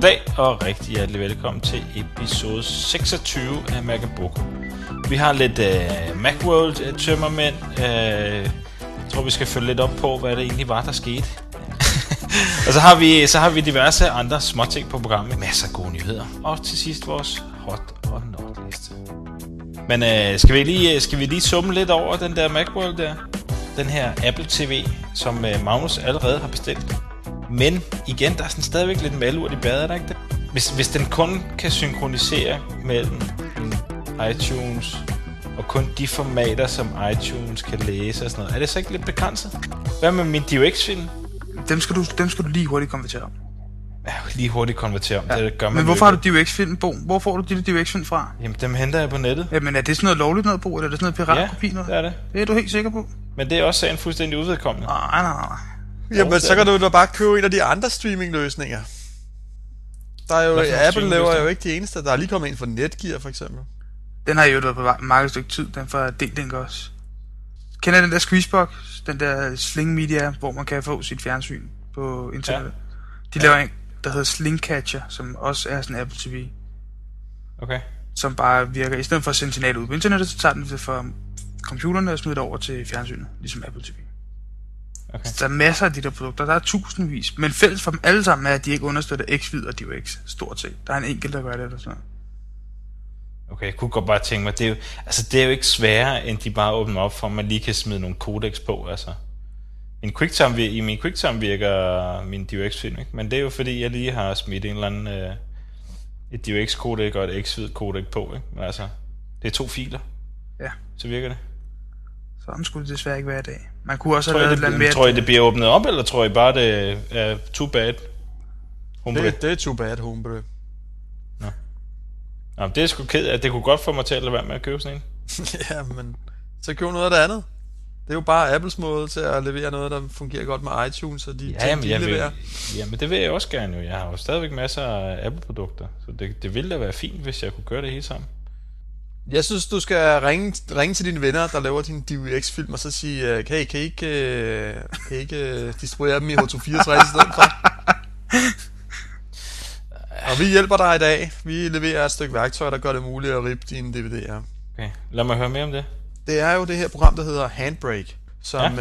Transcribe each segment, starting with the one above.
Goddag og rigtig hjertelig velkommen til episode 26 af Macaboko. Vi har lidt Macworld tømmermænd. Jeg tror vi skal følge lidt op på, hvad det egentlig var, der skete. Og så har vi diverse andre småting på programmet. Masser af gode nyheder. Og til sidst vores hot og not liste. Men skal vi lige summe lidt over den der Macworld der? Den her Apple TV, som Magnus allerede har bestilt. Men igen, der er sådan stadigvæk lidt malurt i badet, er der ikke det? Hvis den kun kan synkronisere mellem iTunes og kun de formater, som iTunes kan læse og sådan noget, er det så ikke lidt begrænset? Hvad med min DivX-film? Dem skal du lige hurtigt konvertere om. Ja, lige hurtigt konvertere om. Ja. Det gør man. Men hvorfor har du DivX-film, Bo? Hvor får du dit DivX-film fra? Jamen, dem henter jeg på nettet. Jamen, er det sådan noget lovligt noget, Bo? Eller er det sådan noget piratkopi noget? Ja, det er det. Det er du helt sikker på? Men det er også sagen fuldstændig uvedkommende. Nej. Jamen, så kan du da bare købe en af de andre streamingløsninger. Der er jo, Apple laver jo ikke de eneste. Der er lige kommet en for Netgear, for eksempel. Den har jo været på meget stykke tid. Den får delt også. Kender den der Squeezebox? Den der Sling Media, hvor man kan få sit fjernsyn på internettet. Ja. De laver en, der hedder Slingcatcher, som også er sådan en Apple TV. Okay. Som bare virker, i stedet for at sende signalet ud på internettet, så tager den det fra computerne og smider det over til fjernsynet, ligesom Apple TV. Okay. Så der er masser af de der produkter, der er tusindvis, men fælles for dem alle sammen er, at de ikke understøtter Xvid og DivX, stort set. Der er en enkelt, der gør det eller sådan noget. Okay, jeg kunne godt bare tænke mig, det er jo ikke sværere, end de bare åbner op for, at man lige kan smide nogle codecs på, altså. I min QuickTime virker min DivX-film, ikke? Men det er jo fordi, jeg lige har smidt en eller anden et DivX-codec og et Xvid-codec på, ikke? Men altså, det er 2 filer. Ja. Så virker det. Sådan skulle det desværre ikke være i dag. Man kunne også have lavet et eller andet mere... Tror I, det bliver åbnet op, eller tror I bare, det er too bad? Det er too bad, hombre. Nå, det er sgu ked af. Det kunne godt få mig til at lade være med at købe sådan en. Ja, men så køb noget af det andet. Det er jo bare Apples måde til at levere noget, der fungerer godt med iTunes og de ting, de leverer. Jamen, det vil jeg også gerne jo. Jeg har jo stadigvæk masser af Apple-produkter, så det ville da være fint, hvis jeg kunne gøre det hele sammen. Jeg synes, du skal ringe til dine venner, der laver din DivX-film, og så sige, kan I ikke distribuere dem i H264 i stedet for? Og vi hjælper dig i dag. Vi leverer et stykke værktøj, der gør det muligt at rippe dine DVD'er. Okay, lad mig høre mere om det. Det er jo det her program, der hedder Handbrake, som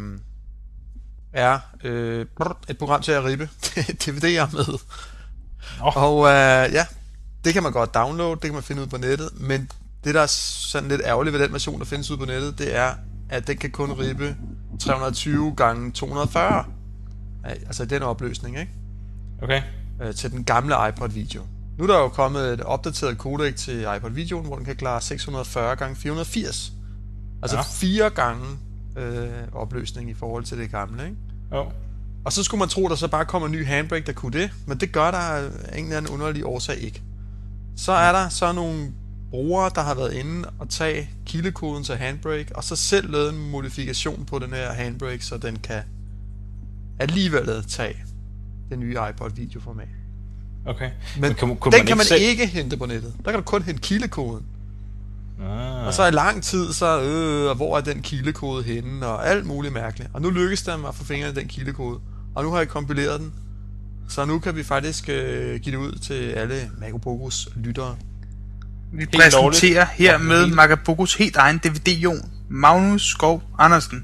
er et program til at rippe DVD'er med. Og det kan man godt downloade, det kan man finde ud på nettet, men det, der er sådan lidt ærgerligt ved den version, der findes ud på nettet, det er, at den kan kun rippe 320 gange 240. Altså den opløsning, ikke? Okay. Til den gamle iPod-video. Nu er der jo kommet et opdateret codec til iPod-videoen, hvor den kan klare 640 gange 480. Altså 4 gange opløsning i forhold til det gamle, ikke? Jo. Og så skulle man tro, der så bare kommer en ny Handbrake, der kunne det, men det gør der af en eller anden underlig årsag ikke. Så er der så nogle brugere, der har været inde og tage kildekoden til Handbrake, og så selv lavet en modifikation på den her Handbrake, så den kan alligevel tage det nye iPod-videoformat. Okay. Men den kan man ikke hente på nettet. Der kan du kun hente kildekoden. Og så i lang tid, så hvor er den kildekode henne, og alt muligt mærkeligt. Og nu lykkes det at få fingrene i den kildekode. Og nu har jeg kompileret den. Så nu kan vi faktisk give det ud til alle Macabokos lyttere. Vi præsenterer her med Macabokos helt egen DVD-jon, Magnus Skov Andersen.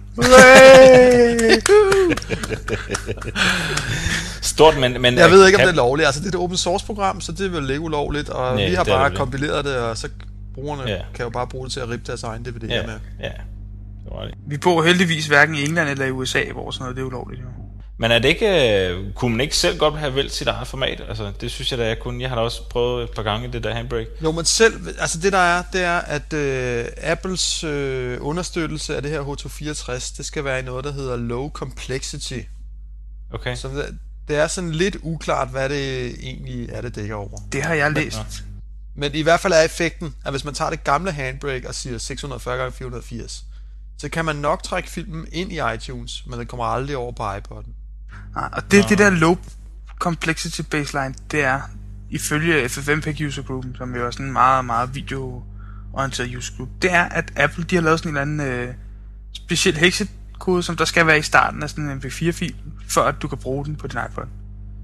Stort, men jeg ved ikke, om det er lovligt. Altså, det er et open source program, så det er vel ikke ulovligt. Og vi har bare kompileret det, og så brugerne kan jo bare bruge det til at rippe deres egen DVD'er med. Ja. Vi bor heldigvis hverken i England eller i USA, hvor sådan noget det er ulovligt. Jo. Men er det ikke, kunne man ikke selv godt have valgt sit eget format? Altså, det synes jeg da jeg kunne. Jeg har da også prøvet et par gange det der Handbrake. Jo, men selv, altså det der er, det er, at Apples understøttelse af det her H264, det skal være i noget, der hedder low complexity. Okay. Så det er sådan lidt uklart, hvad det egentlig er, det dækker over. Det har jeg læst. Men i hvert fald er effekten, at hvis man tager det gamle Handbrake og siger 640 x 480, så kan man nok trække filmen ind i iTunes, men den kommer aldrig over på iPod'en. Nej, og det der low complexity baseline, det er ifølge FFmpeg user groupen, som jo er sådan en meget, meget videoorienteret user group, det er, at Apple de har lavet sådan en eller anden speciel hexekode, som der skal være i starten af sådan en MP4-fil, før at du kan bruge den på din iPod.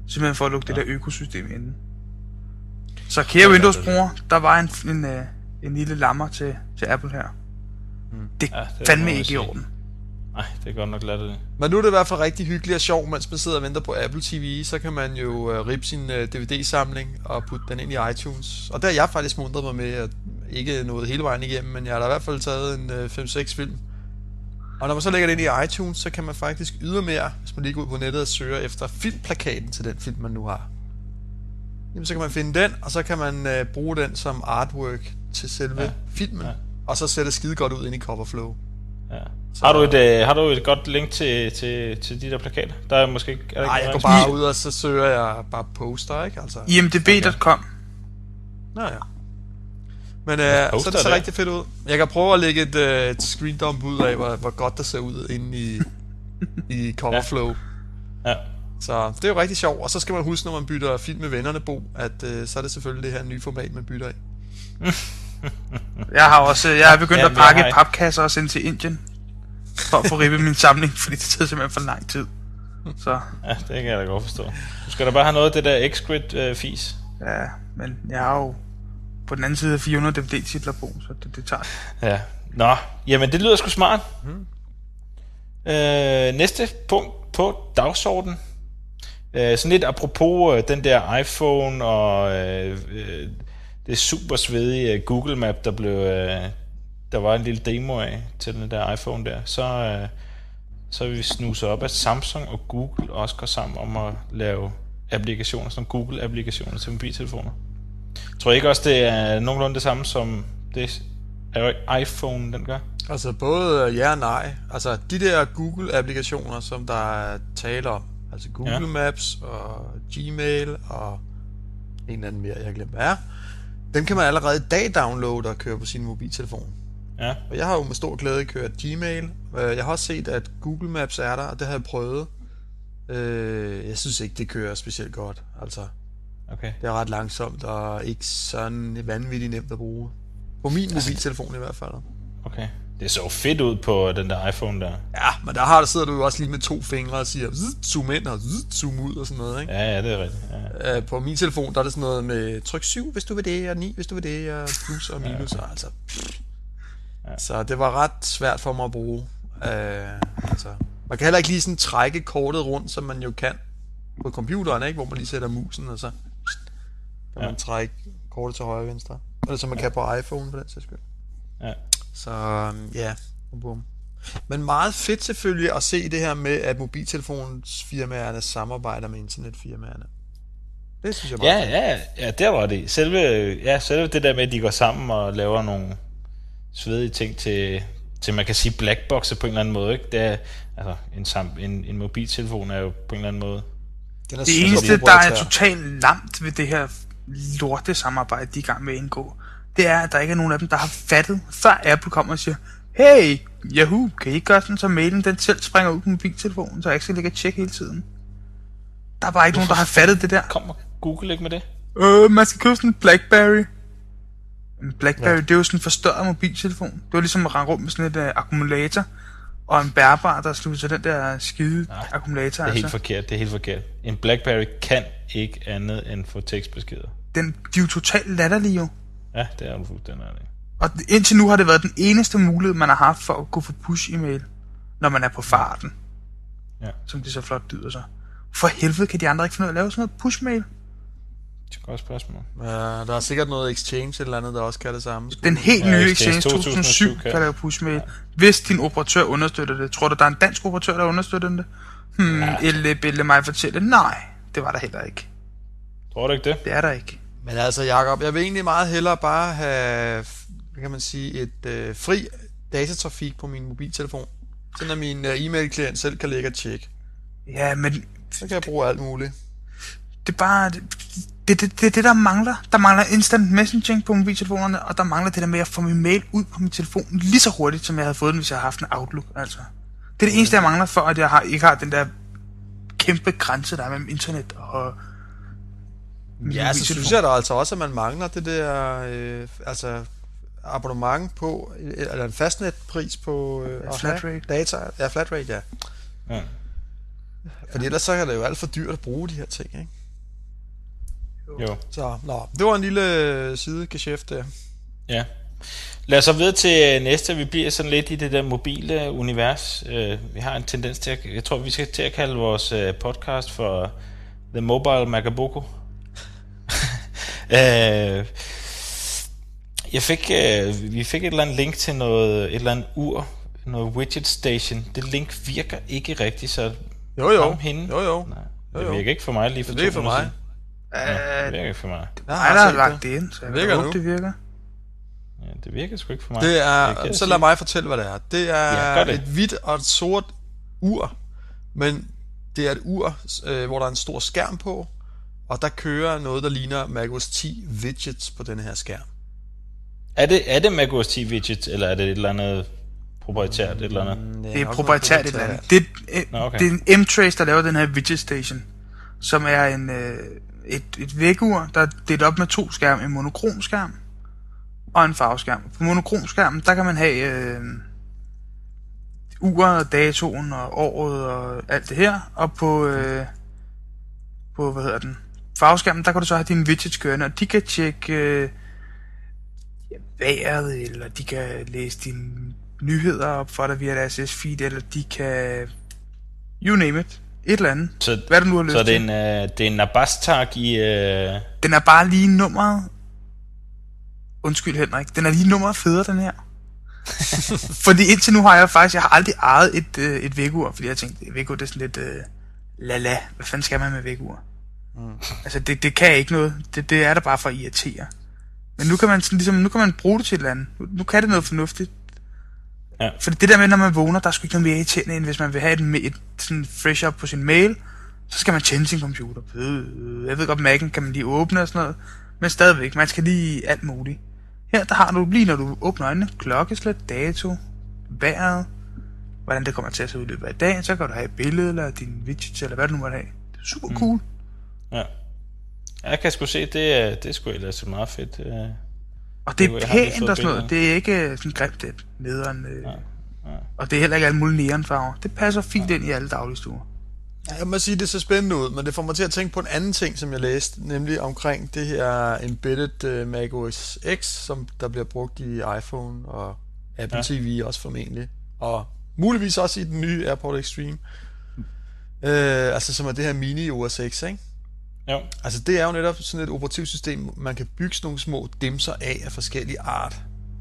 Simpelthen for at lukke det der økosystem inde. Så kære Windows-brugere, der var en lille lammer til Apple her. Det fandme ikke i orden. Nej, det er godt nok latterligt. Men nu er det i hvert fald rigtig hyggeligt og sjovt, mens man sidder og venter på Apple TV, så kan man jo rippe sin DVD-samling og putte den ind i iTunes. Og der har jeg faktisk mundret mig med, at ikke noget hele vejen igennem, men jeg har da i hvert fald taget en 5-6 film. Og når man så lægger det ind i iTunes, så kan man faktisk ydermere, hvis man lige går ud på nettet og søger efter filmplakaten til den film, man nu har. Jamen, så kan man finde den, og så kan man bruge den som artwork til selve filmen, og så ser det skide godt ud ind i Coverflow. Ja. Har du et godt link til de der plakater? Der er måske ikke... Nej, jeg går bare ud, og så søger jeg bare poster, ikke? Altså, imdb.com. Nå ja. Men så det ser rigtig fedt ud. Jeg kan prøve at lægge et screen dump ud af, hvor godt det ser ud inde i Coverflow. Ja. Så det er jo rigtig sjovt. Og så skal man huske, når man bytter film med vennerne, Bo, at så er det selvfølgelig det her nye format, man bytter i. Jeg har begyndt at pakke papkasser og sende til Indien for at få ribbet min samling, fordi det tager simpelthen for lang tid. Så. Ja, det kan jeg da godt forstå. Du skal da bare have noget af det der X-Grid-fis. Ja, men jeg har jo på den anden side af 400 DVD-titler på, så det tager. Ja, nå, jamen det lyder sgu smart. Næste punkt på dagsordenen. Sådan lidt apropos den der iPhone og det super svedige Google Map, der var en lille demo af til den der iPhone der. Så vil vi snuse op, at Samsung og Google også går sammen om at lave applikationer, som Google-applikationer til mobiltelefoner. Tror jeg ikke også, det er nogenlunde det samme som det iPhone, den gør? Altså både ja og nej. Altså de der Google-applikationer, som der er tale om, altså Google Maps og Gmail og en eller anden mere, jeg har glemt hvad er, dem kan man allerede i dag downloade og køre på sin mobiltelefon. Ja. Og jeg har jo med stor glæde kørt Gmail. Jeg har også set, at Google Maps er der, og det har jeg prøvet. Jeg synes ikke, det kører specielt godt. Altså, okay. Det er ret langsomt og ikke sådan vanvittigt nemt at bruge. På min mobiltelefon i hvert fald. Okay. Det så fedt ud på den der iPhone der. Ja, men der sidder du jo også lige med 2 fingre og siger zoom ind og zoom ud og sådan noget, ikke? Ja, det er rigtigt. Ja. På min telefon, der er det sådan noget med tryk 7, hvis du vil det, og 9, hvis du vil det, og plus og minus, og altså... Ja. Så det var ret svært for mig at bruge. Altså, man kan heller ikke lige sådan trække kortet rundt, som man jo kan på computeren, ikke? Hvor man lige sætter musen, og så kan man trække kortet til højre og venstre. Eller som man kan på iPhone på den sags skyld. Ja. Så ja, bum. Men meget fedt selvfølgelig at se det her med, at mobiltelefonsfirmaerne samarbejder med internetfirmaerne. Det synes jeg meget fedt. Ja, det var det. Selve det der med, at de går sammen og laver nogle svedige ting til man kan sige blackboxer på en eller anden måde, ikke? Det er, altså, en mobiltelefon er jo på en eller anden måde... Det eneste, der er totalt lamt ved det her lorte samarbejde, de er i gang med at indgå, det er, at der ikke er nogen af dem, der har fattet, før Apple kommer og siger, hey, Yahoo, kan I ikke gøre sådan, så mailen den selv springer ud på mobiltelefonen, så jeg ikke skal ligge og tjekke hele tiden? Der er bare ikke nogen, der har fattet det der. Kommer Google ikke med det? Man skal købe sådan en BlackBerry. En BlackBerry, det er jo sådan en forstørret mobiltelefon. Det var ligesom at rende rundt med sådan et akkumulator, og en bærbar, der slutter til den der skide akkumulator. Det er helt forkert. En BlackBerry kan ikke andet end få tekstbeskeder. De er jo totalt latterlige jo. Ja, det er du fuldstændig. Og indtil nu har det været den eneste mulighed, man har haft for at gå for push-e-mail, når man er på farten. Ja. Som det så flot lyder så. For helvede, kan de andre ikke finde ud af at lave sådan noget push-mail? Det er et godt spørgsmål. Ja, der er sikkert noget Exchange eller andet, der også kan det samme. Den helt nye Exchange 2007 kan lave push-mail. Ja. Hvis din operatør understøtter det. Tror du, der er en dansk operatør, der understøtter det? Elle mig fortælle. Nej, det var der heller ikke. Tror du ikke det? Det er der ikke. Men altså, Jacob, jeg vil egentlig meget hellere bare have, kan man sige, et fri datatrafik på min mobiltelefon. Sådan at min e-mail-klient selv kan lægge og tjekke. Ja, men... Så kan jeg bruge alt muligt. Det er bare... Det der mangler. Der mangler instant messaging på mobiltelefonerne, og der mangler det der med at få min mail ud på min telefon lige så hurtigt, som jeg havde fået den, hvis jeg havde haft en Outlook. Altså. Det er det eneste, jeg mangler for, at jeg ikke har den der kæmpe grænse, der er mellem internet og... Ja, så synes jeg da altså også, at man mangler det der altså abonnement på, eller en fastnetpris på flatrate. Data. Ja, flatrate, ja. Fordi ellers så er det jo alt for dyrt at bruge de her ting, ikke? Jo. Så, det var en lille sidegeschæft der. Ja. Lad os så videre til næste. Vi bliver sådan lidt i det der mobile univers. Vi har en tendens til jeg tror vi skal til at kalde vores podcast for The Mobile Magaboko. Vi fik et eller andet link til et eller andet ur, noget widget station. Det link virker ikke rigtigt, så Jo. hende. Jo. Nej, det virker ikke for mig lige for det er for mig. Det virker ikke for mig. Nej, der har lagt det ind, så jeg virker håber, det virker. Ja, det virker sgu ikke for mig. Det er, så lad mig fortælle, hvad det er. Det er det. et hvidt og et sort ur, men det er et ur, hvor der er en stor skærm på, og der kører noget, der ligner macOS 10 widgets på denne her skærm. Er det macOS 10 widgets, eller er det et eller andet proprietært, et eller andet? Det er proprietært et eller andet. Det er en M-Trace, der laver den her widget station, som er et vægur, der er delt op med 2 skærme, en monokrom skærm og en farveskærm. På monokrom-skærmen, der kan man have uret, datoen og året og alt det her, og på farveskærmen, der kan du så have dine widgets kørende, og de kan tjekke vejret, eller de kan læse dine nyheder op for dig via et RSS-feed, eller de kan you name it, et eller andet. Så, hvad du nu har lyst til. Så det er en Nabas-tag i... Den er bare lige nummeret... Undskyld Henrik, den er lige nummeret federe, den her. Fordi indtil nu har jeg har aldrig ejet et vægur, fordi jeg tænkte, vægur det er sådan lidt lala, hvad fanden skal man med vægur? Altså det kan ikke noget, det er der bare for at irritere. Men nu kan man sådan, ligesom, nu kan man bruge det til et eller andet. Nu kan det noget fornuftigt. Ja. Fordi det der med, når man vågner, der er sgu ikke noget mere irriterende, end hvis man vil have et sådan fresh up på sin mail, så skal man tænde sin computer. Jeg ved godt, Mac'en kan man lige åbne og sådan noget, men stadigvæk, man skal lige alt muligt. Her, der har du lige, når du åbner øjnene, klokkeslæt, dato, vejret, hvordan det kommer til at se ud i løbet af dagen, så kan du have et billede, eller din widget, eller hvad du nu måtte have. Det er super cool. Ja. Jeg kan sgu se, det er sgu ellers meget fedt. Og det er pænt og sådan noget. Det er ikke sådan grimt det nederen. Og det er heller ikke alle mulige neonfarver. Det passer fint ind i alle dagligstuer. Jeg må sige, det ser spændende ud, men det får mig til at tænke på en anden ting, som jeg læste, nemlig omkring det her embedded macOS X, som der bliver brugt i iPhone og Apple TV også formentlig, og muligvis også i den nye AirPod Extreme. Altså som er det her mini OS X, ikke? Jo. Altså det er jo netop sådan et operativsystem, man kan bygge sådan nogle små dimser af forskellige art.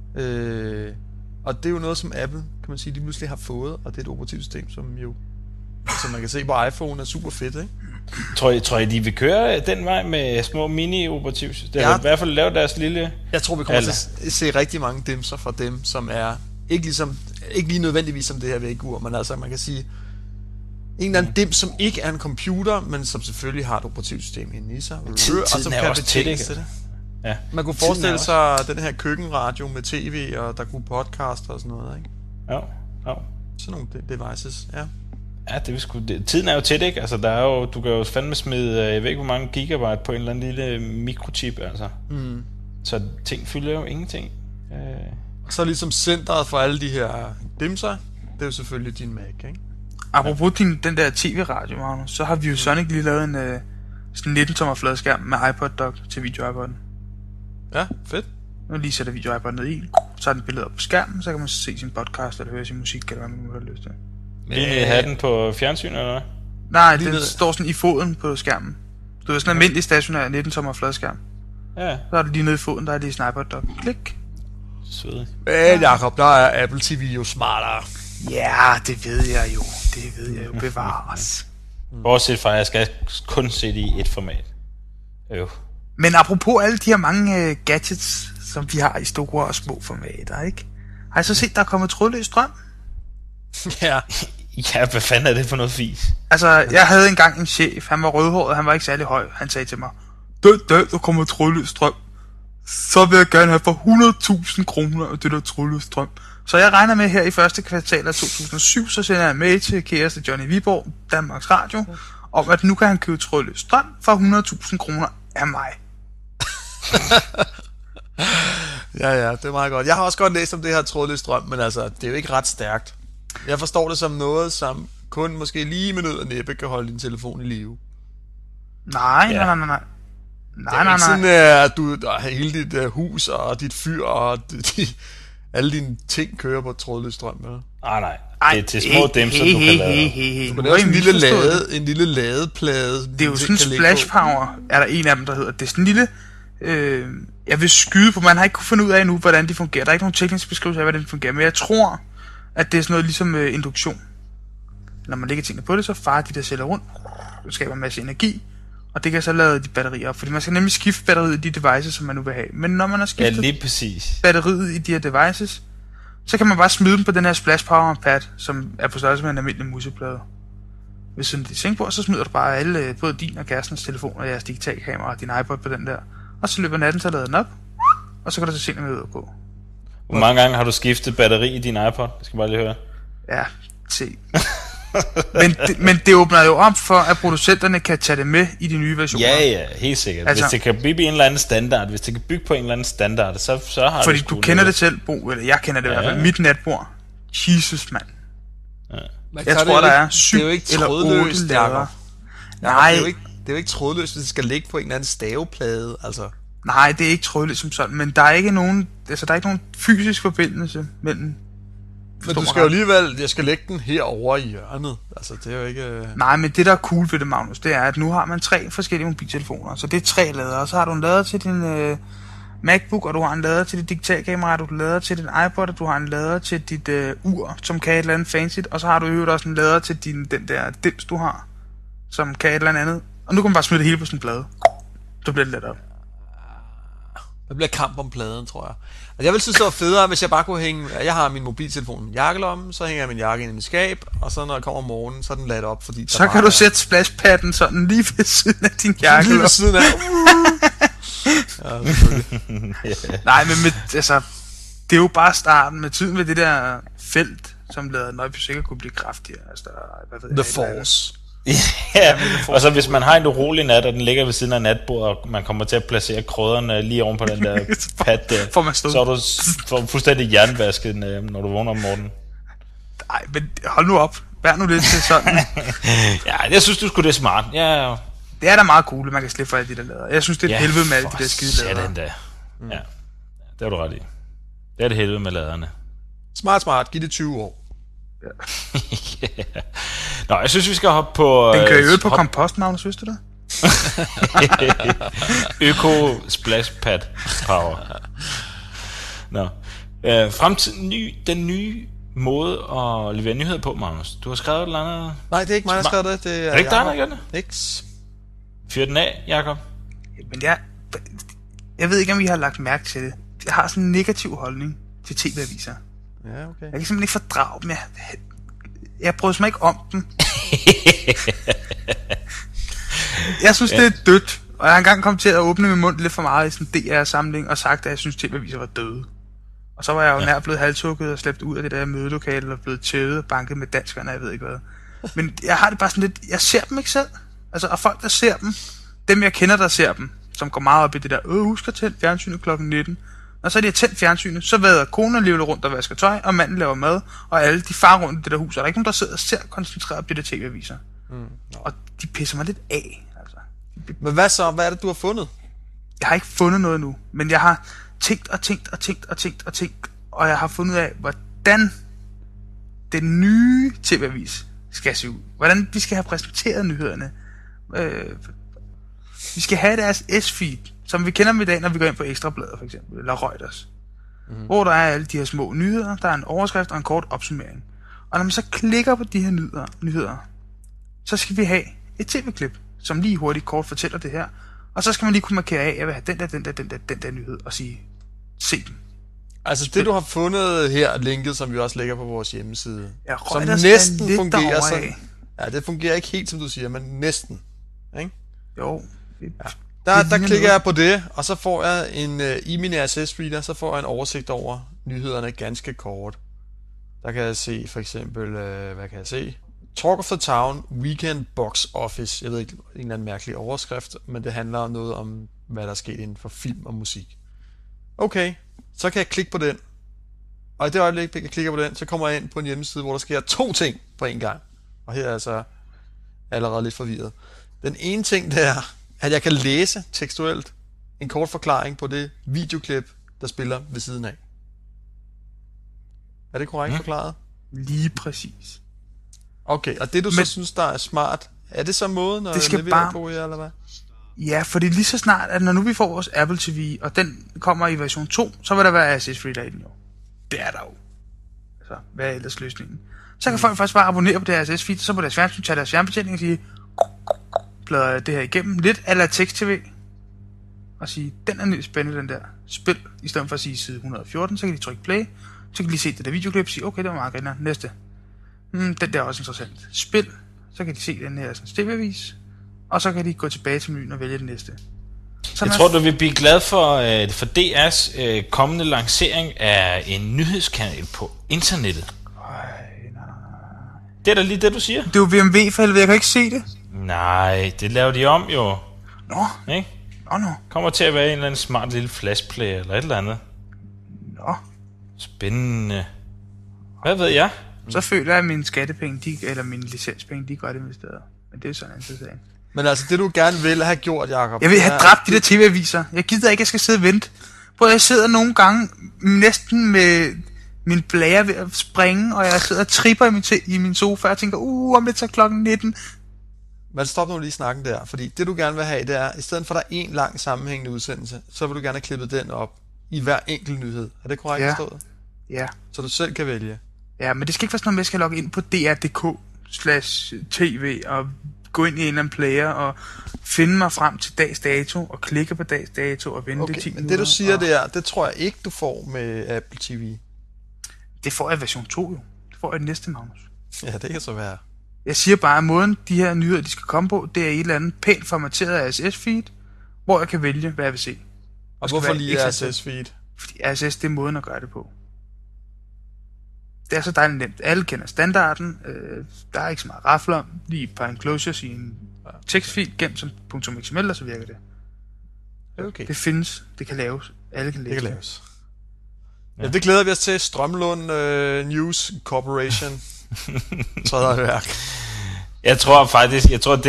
Og det er jo noget, som Apple, kan man sige, de pludselig har fået, og det er et operativsystem, som jo, som man kan se på iPhone, er super fedt, ikke? Tror I, de vil køre den vej med små mini-operativsystemer? Ja. I hvert fald lave deres lille... Jeg tror, vi kommer til at se rigtig mange dimser fra dem, som er ikke lige nødvendigvis som det her vægur, men altså man kan sige, en eller anden dim, som ikke er en computer, men som selvfølgelig har et operativsystem inde i sig. Og som kan betjene til det. Ja. Man kunne forestille sig den her køkkenradio med tv, og der kunne podcast og sådan noget, ikke? Jo. Sådan nogle devices, ja. Ja, tiden er jo tæt, ikke? Altså, der er jo, du kan jo fandme smide, jeg ved ikke, hvor mange gigabyte på en eller anden lille mikrochip, altså. Så ting fylder jo ingenting. Og så ligesom centret for alle de her dimser, det er jo selvfølgelig din Mac, ikke? Apropos den der tv-radio, Magnus, så har vi jo Sonic lige lavet en sådan 19-tommer fladskærm med iPod dock til video-iPod'en. Ja, fedt. Nu lige sætter video-iPod'en ned i, så har den billeder op på skærmen, så kan man se sin podcast eller høre sin musik, eller hvad man nu har lyst til. Lige have den på fjernsyn, eller hvad? Nej, den står sådan i foden på skærmen. Du er sådan en almindelig stationær 19-tommer fladskærm. Ja. Så er det lige nede i foden, der er lige en iPod dock. Klik. Søde. Men Jacob, der er Apple TV jo smartere. Ja, det ved jeg jo. Bevares. Bortset fra, at jeg skal kun se det i et format. Men apropos alle de her mange gadgets, som vi har i store og små formater, ikke? Har I så set, der er kommet trådløs strøm? Ja. Ja, hvad fanden er det for noget fis? Altså, jeg havde engang en chef, han var rødhåret, han var ikke særlig høj. Han sagde til mig, der kommer trådløs strøm. Så vil jeg gerne have for 100.000 kroner af det der trådløs strøm. Så jeg regner med her i første kvartal af 2007, så sender jeg en mail til kæreste Johnny Viborg, Danmarks Radio, om at nu kan han købe trådløs strøm for 100.000 kroner af mig. Ja, det er meget godt. Jeg har også godt læst om det her trådløs strøm, men altså, det er jo ikke ret stærkt. Jeg forstår det som noget, som kun måske lige med nød og næppe kan holde din telefon i live. Nej. Det er ikke sådan, at du hele dit hus og dit fyr og alle dine ting kører på trådløs strøm, eller? Nej. Det er til små dimser, du kan lade. Du kan lave en lille ladeplade. Det er jo sådan Splash Power, er der en af dem, der hedder. Det er sådan en lille... jeg vil skyde på, man har ikke kunne finde ud af endnu, hvordan de fungerer. Der er ikke nogen teknisk beskrivelse af, hvordan de fungerer, men jeg tror, at det er sådan noget ligesom induktion. Når man lægger tingene på det, så farer de der celler rundt, det skaber en masse energi, og det kan så lade de batterier op, fordi man skal nemlig skifte batteriet i de devices, som man nu vil have. Men når man har skiftet batteriet i de her devices, så kan man bare smide dem på den her Splash Power pad, som er på størrelse med en almindelig museplade. Hvis sådan de tænker på, så smider du bare alle, både din og kærestens telefon og jeres digitalkamera og din iPod på den der. Og så løber natten, så lader den op, og så kan du så se den med ud og gå. Hvor mange gange har du skiftet batteri i din iPod? Jeg skal bare lige høre. Ja, se. men det åbner jo op for, at producenterne kan tage det med i de nye versioner. Ja, helt sikkert. Altså, hvis det kan bygge en eller anden standard, hvis det kan bygge på en eller anden standard, så har fordi det du kender det selv, Bo, eller jeg kender det i hvert fald. Mit natbord. Jesus, mand. Ja. Jeg tror, der er 7 eller 8 lader. Nej. Det er jo ikke trådløst, hvis det skal ligge på en eller anden staveplade, altså. Nej, det er ikke trådløst som sådan, men der er ikke nogen, fysisk forbindelse mellem. Men du skal jo alligevel, jeg skal lægge den herovre i hjørnet. Altså, det er jo ikke... Nej, men det der er cool ved det, Magnus, det er, at nu har man 3 forskellige mobiltelefoner. Så det er 3 lader, og så har du en lader til din MacBook, og du har en lader til dit digitalkamera, du har en lader til din iPod, og du har en lader til dit ur, som kan et eller andet fancy, og så har du jo også en lader til den der dims, du har, som kan et eller andet. Og nu kan man bare smide det hele på sådan en plade. Så bliver det let op. Der bliver kamp om pladen, tror jeg. Altså, jeg ville synes, det var federe, hvis jeg bare kunne hænge... Jeg har min mobiltelefon i en jakkelomme, så hænger jeg min jakke ind i mit skab, og så når jeg kommer om morgenen, så er den ladt op, fordi... Så kan du sætte splashpadden sådan lige ved siden af din jakkelomme. Lige ved siden af. Nej, men det er jo bare starten med tiden ved det der felt, som lader Nøjby sikkert kunne blive kraftigere. Altså, The Force. Ja, og så hvis man har en urolig nat, og den ligger ved siden af natbordet, og man kommer til at placere krydderne lige oven på den der pad der, så er du fuldstændig jernvasket, når du vågner om morgenen. Nej, men hold nu op. Vær nu lidt til sådan. Ja, jeg synes, du skulle det smart. Ja. Det er da meget cool, at man kan slippe for alle de der lader. Jeg synes, det er et helvede med alle de der skide lader. Ja, ja, det har du ret i. Det er det helvede med laderne. Smart. Giv det 20 år. Yeah. Nå, jeg synes, vi skal hoppe på... Den kører jo på kompost, Magnus, vidste du det? Øko Splash Pad Power. Nå. Den nye måde at levere nyheder på, Magnus. Du har skrevet et eller andet... Nej, det er ikke mig, der har skrevet det. Er det ikke dig, der gør det? Niks. Fyr den af, Jacob. Men jeg ved ikke, om vi har lagt mærke til det. Jeg har sådan en negativ holdning til TV-aviser. Ja, okay. Jeg kan simpelthen ikke fordrage dem. Jeg prøver simpelthen ikke om dem. Jeg synes, det er dødt. Og jeg har engang kommet til at åbne min mund lidt for meget i sådan en DR-samling og sagt, at jeg synes, TV-aviser var døde. Og så var jeg jo nær blevet halshugget og slæbt ud af det der mødelokale og blevet tævet og banket med danskerne, jeg ved ikke hvad. Men jeg har det bare sådan lidt, jeg ser dem ikke selv. Altså, og folk, der ser dem jeg kender, der ser dem, som går meget op i det der, husk at tænde fjernsynet klokken 19. Og så er de tændt fjernsynet, så vader konen alligevel rundt og vasker tøj, og manden laver mad, og alle de farer rundt i det der hus. Og der er ikke nogen, der sidder og ser koncentreret på det der TV-aviser. Og de pisser mig lidt af, altså. Men hvad så? Hvad er det, du har fundet? Jeg har ikke fundet noget nu, men jeg har tænkt, og jeg har fundet ud af, hvordan den nye TV-avis skal se ud. Hvordan vi skal have præsenteret nyhederne. Vi skal have deres S-feed, som vi kender dem i dag, når vi går ind på Ekstrabladet for eksempel, eller Reuters. Hvor der er alle de her små nyheder, der er en overskrift og en kort opsummering. Og når man så klikker på de her nyheder, så skal vi have et tv-klip, som lige hurtigt kort fortæller det her. Og så skal man lige kunne markere af, jeg vil have den der nyhed, og sige, se den. Altså det, du har fundet her, linket, som vi også lægger på vores hjemmeside, ja, som næsten fungerer sådan. Ja, det fungerer ikke helt, som du siger, men næsten. Ikke? Jo. Der klikker jeg på det, og så får jeg i min RSS-reader, så får jeg en oversigt over nyhederne ganske kort. Der kan jeg se for eksempel, hvad kan jeg se? Talk of the Town, Weekend Box Office. Jeg ved ikke, en eller anden mærkelig overskrift, men det handler om noget om, hvad der er sket inden for film og musik. Okay, så kan jeg klikke på den. Og i det øjeblik, jeg klikker på den, så kommer jeg ind på en hjemmeside, hvor der sker 2 ting på en gang. Og her er jeg så allerede lidt forvirret. Den ene ting, det er, at jeg kan læse tekstuelt en kort forklaring på det videoklip, der spiller ved siden af. Er det korrekt forklaret? Lige præcis. Okay, og det du så synes, der er smart, er det så måden at levere bare på her, eller hvad? Ja, fordi lige så snart, at når nu vi får vores Apple TV, og den kommer i version 2, så vil der være RSS-free derinde jo. Det er der jo. Altså, hvad er ellers løsningen? Så kan folk faktisk bare abonnere på det RSS-feed, så på deres fjernsyn, tage deres fjernbetjening og sige, bladrer det her igennem, lidt eller tekst-tv, og sige, den er nyt spændende, den der spil, i stedet for at sige side 114, så kan de trykke play, så kan de lige se det der videoklip og sige, okay, det var meget griner, næste. Den der er også interessant. Spil, så kan de se den her tv-avis, og så kan de gå tilbage til menuen og vælge det næste. Jeg tror, du vil blive glad for DR's kommende lancering af en nyhedskanal på internettet. Det er da lige det, du siger. Det er jo VMV for helvede, jeg kan ikke se det. Nej, det laver de om jo. Nå. Ikke? Nå. Kommer til at være en eller anden smart lille flashplayer eller et eller andet. Nå. Spændende. Hvad ved jeg? Så føler jeg, at mine skattepenge, eller mine licenspenge, de gør det med steder. Men det er sådan en sag. Men altså, det du gerne vil have gjort, Jacob. Jeg vil have dræbt de der tv-aviser. Jeg gider ikke, at jeg skal sidde og vente. Prøv at jeg sidder nogle gange næsten med min blære ved at springe, og jeg sidder og tripper i min sofa og tænker, om lidt så klokken 19. Men stop nu lige snakken der, fordi det du gerne vil have, det er, i stedet for der er en lang sammenhængende udsendelse, så vil du gerne have klippet den op i hver enkelt nyhed. Er det korrekt forstået? Ja. Så du selv kan vælge. Ja, men det skal ikke være sådan noget med, at jeg skal logge ind på dr.dk/tv og gå ind i en eller anden player og finde mig frem til dags dato og klikke på dags dato og vente 10 minutter. Men det du siger der, det tror jeg ikke, du får med Apple TV. Det får jeg i version 2 jo. Det får jeg i næste, Magnus. Ja, det kan så være. Jeg siger bare, at måden de her nyheder, de skal komme på, det er et eller andet pænt formateret RSS-feed, hvor jeg kan vælge, hvad jeg vil se. Og hvorfor lige RSS-feed? Fordi RSS, det er måden at gøre det på. Det er så dejligt nemt. Alle kender standarden. Der er ikke så meget rafler om. Lige et par enclosures i en tekstfil gemt som .xml, og så virker det. Okay. Det findes. Det kan laves. Alle kan læse det. Kan laves. Ja, det glæder vi os til. Strømlund News Corporation. Tredje værk. Jeg tror faktisk,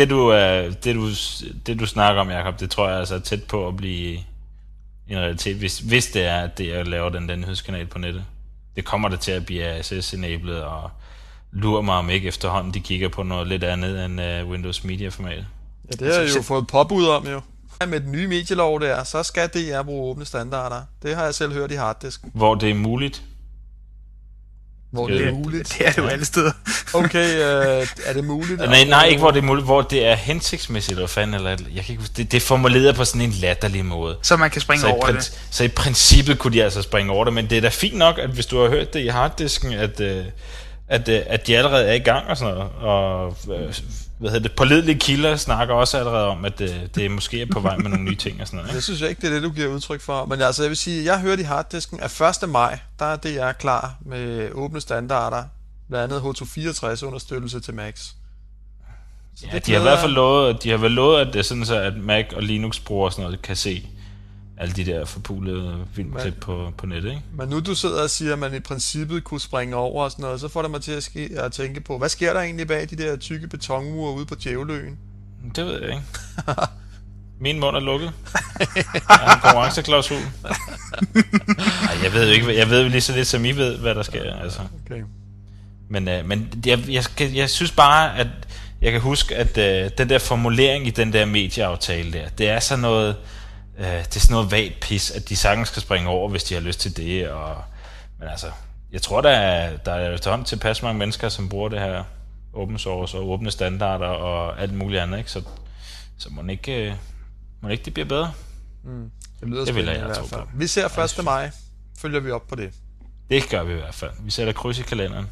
det du snakker om, Jacob, det tror jeg altså er tæt på at blive en realitet, hvis det er, at jeg laver den nyhedskanal på nettet. Det kommer der til at blive RSS-enabled, og lurer mig om ikke efterhånden, de kigger på noget lidt andet end Windows Media-formatet. Ja, det har jeg jo fået påbud om jo. Med den nye medielov der, så skal DR bruge åbne standarder. Det har jeg selv hørt i harddisken. Hvor det er muligt. Hvor det er muligt. Det er det jo alle steder. Okay, er det muligt? Nej, ikke hvor det er muligt, hvor det er hensigtsmæssigt, eller fanden, eller jeg kan ikke huske. Det er formuleret på sådan en latterlig måde. Så man kan springe over det. Så i princippet kunne de altså springe over det, men det er da fint nok, at hvis du har hørt det i harddisken, at de allerede er i gang og sådan noget, og pålidelige kilder snakker også allerede om, at det måske er på vej med nogle nye ting og sådan noget. Ikke? Jeg synes ikke, det er det, du giver udtryk for. Men altså, jeg vil sige, jeg hørte i harddisken, at 1. maj, der er DR klar med åbne standarder, blandt andet H264 understøttelse til Macs. Ja, de har i hvert fald lovet, at det er sådan så, at Mac og Linux brugere sådan noget kan se alle de der forpulede filmklip på nettet, ikke? Men nu du sidder og siger, at man i princippet kunne springe over og sådan noget, så får det mig til at tænke på, hvad sker der egentlig bag de der tykke betonmure ude på Djævløen? Det ved jeg ikke. Min mund er lukket. Jeg har en konkurrenceklausul. Nej, jeg ved jo lige så lidt, som I ved, hvad der sker. Altså. Okay. Men jeg synes bare, at jeg kan huske, at den der formulering i den der medieaftale der, det er sådan noget... det er sådan noget vagt pis, at de sagtens skal springe over, hvis de har lyst til det. Men altså, jeg tror, der er efterhånden tilpas mange mennesker, som bruger det her open source og åbne standarder og alt muligt andet, ikke? Så må ikke det bliver bedre. Det lyder spændende i hvert fald. Vi ser 1. maj. Følger vi op på det? Det gør vi i hvert fald. Vi sætter kryds i kalenderen.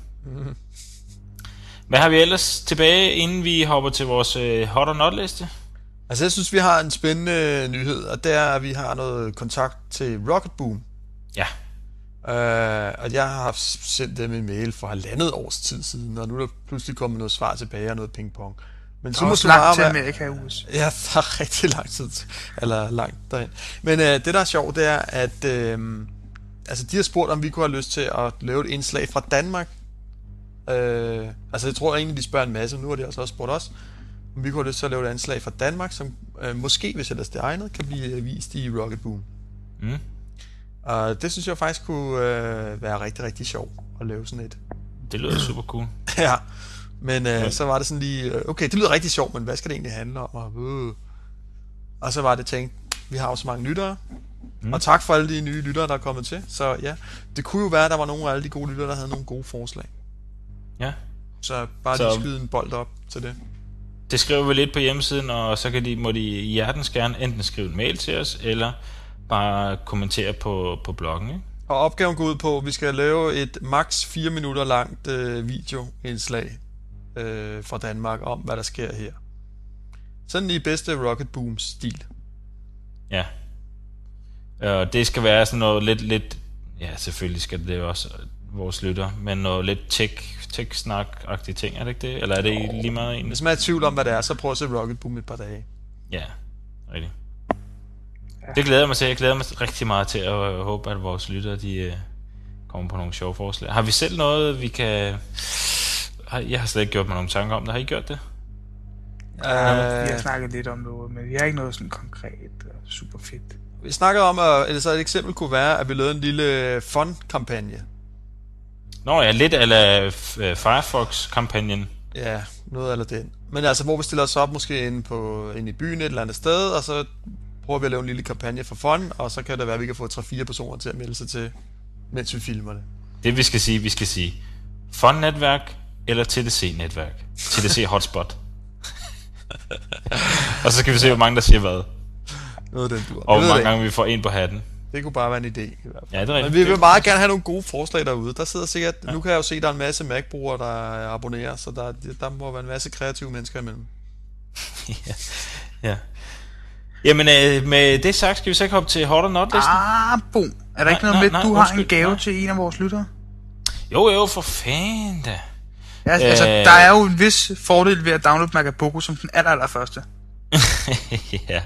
Hvad har vi ellers tilbage, inden vi hopper til vores hot or not liste? Altså jeg synes vi har en spændende nyhed, og det er at vi har noget kontakt til Rocket Boom. Ja. Og jeg har haft sendt dem en mail for 1,5 års tid siden, og nu er der pludselig kommet noget svar tilbage og noget pingpong. Men så måske langt til Amerika i USA. Ja, der er rigtig lang tid eller langt derhen. Men det der er sjovt, det er at altså de har spurgt om vi kunne have lyst til at lave et indslag fra Danmark Altså jeg tror egentlig, de spørger en masse. Nu har de også spurgt os, om vi kunne have lyst til at lave et anslag fra Danmark, som måske, hvis ellers det er egnet, kan blive vist i Rocket Boom. Og det synes jeg faktisk kunne være rigtig, rigtig sjovt at lave sådan et. Det lyder super cool. Ja, men så var det sådan lige, okay, det lyder rigtig sjovt, men hvad skal det egentlig handle om? Og så var det tænkt, vi har jo så mange lyttere, og tak for alle de nye lyttere, der er kommet til. Så ja, det kunne jo være, at der var nogle af alle de gode lyttere, der havde nogle gode forslag. Ja. Så bare lige skyde en bold op til det. Det skriver vi lidt på hjemmesiden, og så må de hjertens gerne enten skrive en mail til os, eller bare kommentere på bloggen, ikke? Og opgaven går ud på, at vi skal lave et maks 4 minutter langt videoindslag fra Danmark om, hvad der sker her. Sådan i bedste Rocket Boom-stil. Ja. Og det skal være sådan noget lidt... Ja, selvfølgelig skal det også vores lytter, men noget lidt tech-snak-agtige ting, er det ikke det? Eller er det lige meget egentlig? Hvis man er i tvivl om, hvad det er, så prøv at se Rocket Boom et par dage. Ja, rigtigt. Det glæder jeg mig til. Jeg glæder mig rigtig meget til at håbe, at vores lyttere de kommer på nogle sjove forslag. Har vi selv noget, vi kan... Jeg har slet ikke gjort mig nogle tanker om det. Har I gjort det? Vi har snakket lidt om noget, men vi har ikke noget sådan konkret super fedt. Vi snakkede om, eller så et eksempel kunne være, at vi lavede en lille fun-kampagne. Nå ja, lidt ala Firefox-kampagnen. Ja, noget eller den. Men altså, hvor vi stiller os op måske inde i byen et eller andet sted, og så prøver vi at lave en lille kampagne for fun, og så kan det være, at vi kan få 3-4 personer til at melde sig til, mens vi filmer det. Det vi skal sige Fun-netværk eller TDC-netværk. TDC hotspot. Og så skal vi se, hvor mange der siger hvad. Noget den dur. Og hvor mange gange vi får en på hatten. Det kunne bare være en idé i hvert fald. Ja, det er rigtigt. Men vi vil meget gerne have nogle gode forslag derude. Der sidder sikkert, nu kan jeg jo se, at der er en masse Mac-brugere, der abonnerer, så der må være en masse kreative mennesker imellem. Ja. Jamen, med det sagt, skal vi så ikke hoppe til Hot or Not-listen? Bo. Er der ikke noget med, at du har en gave til en af vores lyttere? Jo, for fanden da. Ja, altså, der er jo en vis fordel ved at downloade Macaboko som den allerførste. Ja.